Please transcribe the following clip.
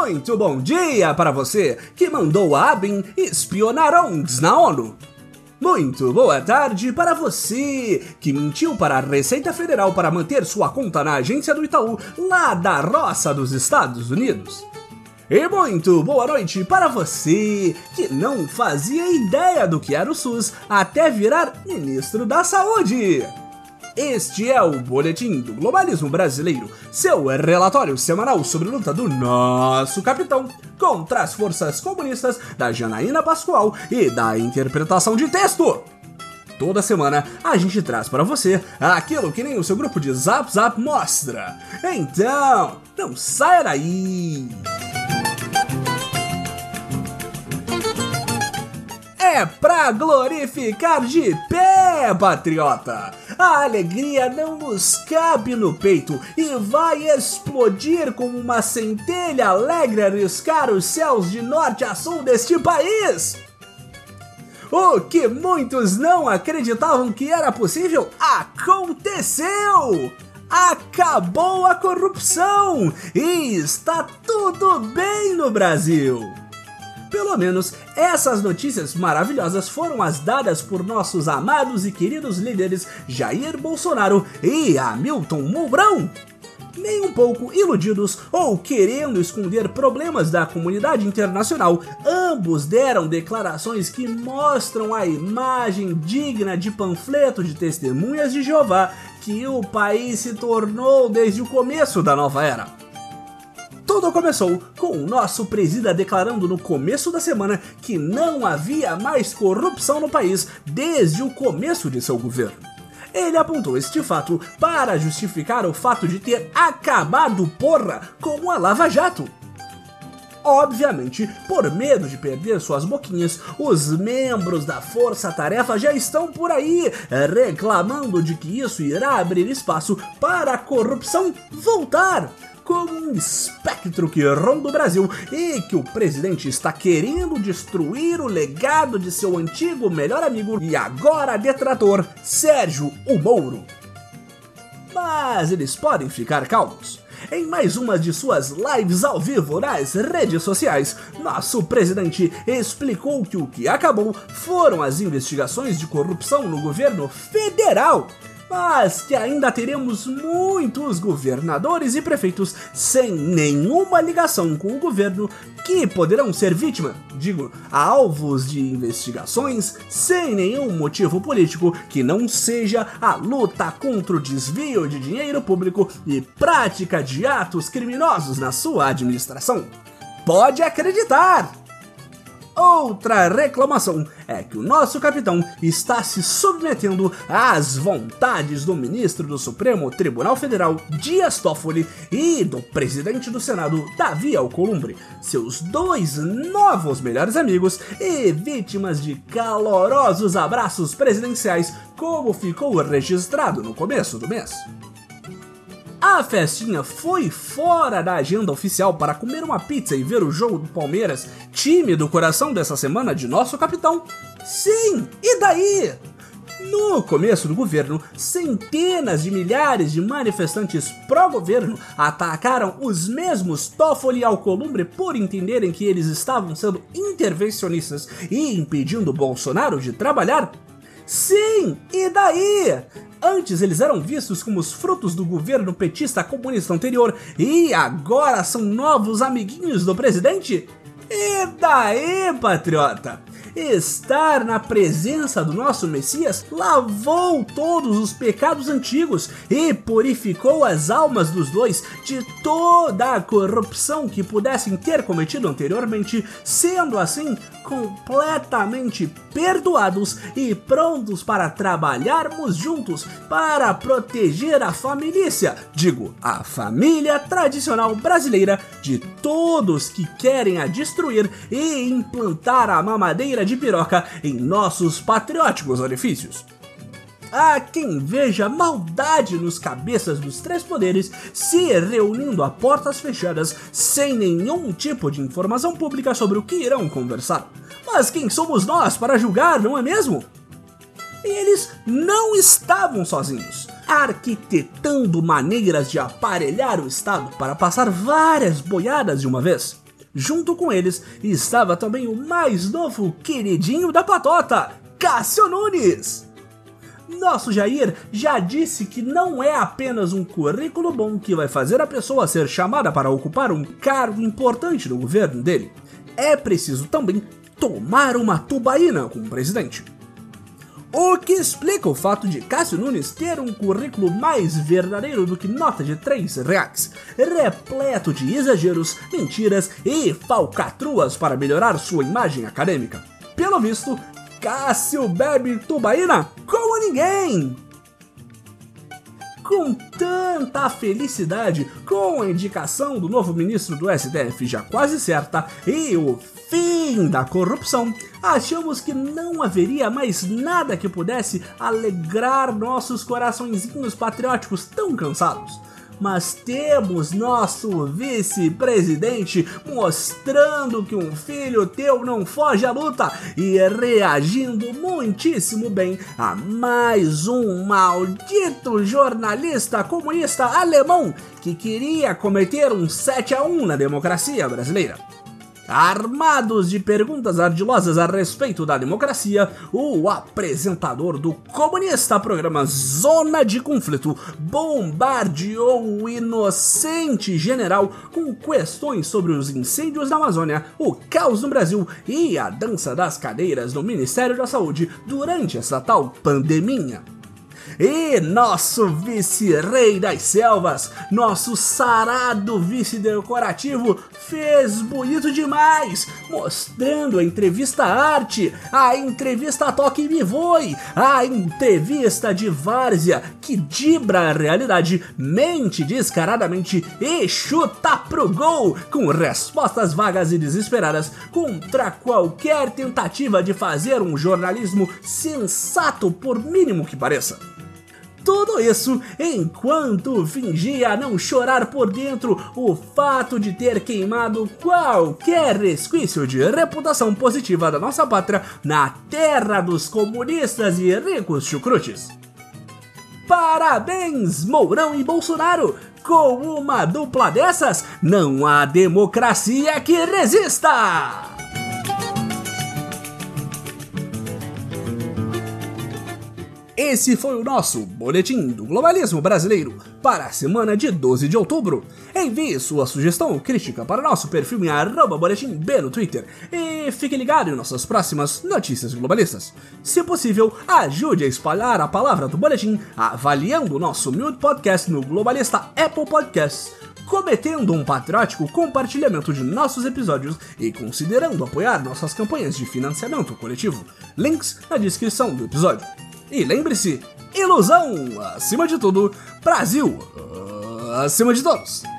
Muito bom dia para você que mandou a ABIN espionar ONGs na ONU. Muito boa tarde para você que mentiu para a Receita Federal para manter sua conta na agência do Itaú lá da roça dos Estados Unidos. E muito boa noite para você que não fazia ideia do que era o SUS até virar ministro da Saúde. Este é o Boletim do Globalismo Brasileiro, seu relatório semanal sobre a luta do nosso capitão contra as forças comunistas da Janaína Pascoal e da interpretação de texto. Toda semana a gente traz para você aquilo que nem o seu grupo de Zap Zap mostra. Então, não saia daí! É pra glorificar de pé, patriota! A alegria não nos cabe no peito e vai explodir como uma centelha alegre a riscar os céus de norte a sul deste país! O que muitos não acreditavam que era possível, aconteceu! Acabou a corrupção e está tudo bem no Brasil! Pelo menos essas notícias maravilhosas foram as dadas por nossos amados e queridos líderes Jair Bolsonaro e Hamilton Mourão. Nem um pouco iludidos ou querendo esconder problemas da comunidade internacional, ambos deram declarações que mostram a imagem digna de panfleto de testemunhas de Jeová que o país se tornou desde o começo da nova era. Tudo começou com o nosso presida declarando no começo da semana que não havia mais corrupção no país desde o começo de seu governo. Ele apontou este fato para justificar o fato de ter acabado com a Lava Jato. Obviamente, por medo de perder suas boquinhas, os membros da força-tarefa já estão por aí reclamando de que isso irá abrir espaço para a corrupção voltar, como um espectro que ronda o Brasil e que o presidente está querendo destruir o legado de seu antigo melhor amigo e agora detrator, Sérgio o Moro. Mas eles podem ficar calmos. Em mais uma de suas lives ao vivo nas redes sociais, nosso presidente explicou que o que acabou foram as investigações de corrupção no governo federal, mas que ainda teremos muitos governadores e prefeitos sem nenhuma ligação com o governo que poderão ser alvos de investigações sem nenhum motivo político que não seja a luta contra o desvio de dinheiro público e prática de atos criminosos na sua administração. Pode acreditar! Outra reclamação é que o nosso capitão está se submetendo às vontades do ministro do Supremo Tribunal Federal, Dias Toffoli, e do presidente do Senado, Davi Alcolumbre, seus dois novos melhores amigos e vítimas de calorosos abraços presidenciais, como ficou registrado no começo do mês. A festinha foi fora da agenda oficial para comer uma pizza e ver o jogo do Palmeiras, time do coração dessa semana de nosso capitão? Sim, e daí? No começo do governo, centenas de milhares de manifestantes pró-governo atacaram os mesmos Toffoli e Alcolumbre por entenderem que eles estavam sendo intervencionistas e impedindo Bolsonaro de trabalhar? Sim, e daí? Antes eles eram vistos como os frutos do governo petista comunista anterior e agora são novos amiguinhos do presidente? E daí, patriota? Estar na presença do nosso Messias lavou todos os pecados antigos e purificou as almas dos dois de toda a corrupção que pudessem ter cometido anteriormente, sendo assim completamente perdoados e prontos para trabalharmos juntos para proteger a a família tradicional brasileira de todos que querem a destruir e implantar a mamadeira de piroca em nossos patrióticos orifícios. Há quem veja maldade nos cabeças dos três poderes se reunindo a portas fechadas sem nenhum tipo de informação pública sobre o que irão conversar. Mas quem somos nós para julgar, não é mesmo? E eles não estavam sozinhos, arquitetando maneiras de aparelhar o Estado para passar várias boiadas de uma vez. Junto com eles estava também o mais novo queridinho da patota, Cássio Nunes. Nosso Jair já disse que não é apenas um currículo bom que vai fazer a pessoa ser chamada para ocupar um cargo importante no governo dele. É preciso também tomar uma tubaína com o presidente. O que explica o fato de Cássio Nunes ter um currículo mais verdadeiro do que nota de R$3, repleto de exageros, mentiras e falcatruas para melhorar sua imagem acadêmica. Pelo visto, Cássio bebe tubaína como ninguém! Com tanta felicidade, com a indicação do novo ministro do STF já quase certa e o fim da corrupção, achamos que não haveria mais nada que pudesse alegrar nossos coraçõezinhos patrióticos tão cansados. Mas temos nosso vice-presidente mostrando que um filho teu não foge à luta e reagindo muitíssimo bem a mais um maldito jornalista comunista alemão que queria cometer um 7-1 na democracia brasileira. Armados de perguntas ardilosas a respeito da democracia, o apresentador do comunista programa Zona de Conflito bombardeou o inocente general com questões sobre os incêndios na Amazônia, o caos no Brasil e a dança das cadeiras no Ministério da Saúde durante essa tal pandeminha. E nosso vice-rei das selvas, nosso sarado vice-decorativo, fez bonito demais, mostrando a entrevista arte, a entrevista Toque Me Voe, a entrevista de várzea que dibra a realidade, mente descaradamente e chuta pro gol, com respostas vagas e desesperadas contra qualquer tentativa de fazer um jornalismo sensato, por mínimo que pareça. Tudo isso enquanto fingia não chorar por dentro o fato de ter queimado qualquer resquício de reputação positiva da nossa pátria na terra dos comunistas e ricos chucrutes. Parabéns, Mourão e Bolsonaro! Com uma dupla dessas, não há democracia que resista! Esse foi o nosso Boletim do Globalismo Brasileiro para a semana de 12 de outubro. Envie sua sugestão ou crítica para o nosso perfil em @boletimb no Twitter e fique ligado em nossas próximas notícias globalistas. Se possível, ajude a espalhar a palavra do Boletim avaliando o nosso humilde podcast no Globalista Apple Podcasts, cometendo um patriótico compartilhamento de nossos episódios e considerando apoiar nossas campanhas de financiamento coletivo. Links na descrição do episódio. E lembre-se, ilusão acima de tudo, Brasil acima de todos!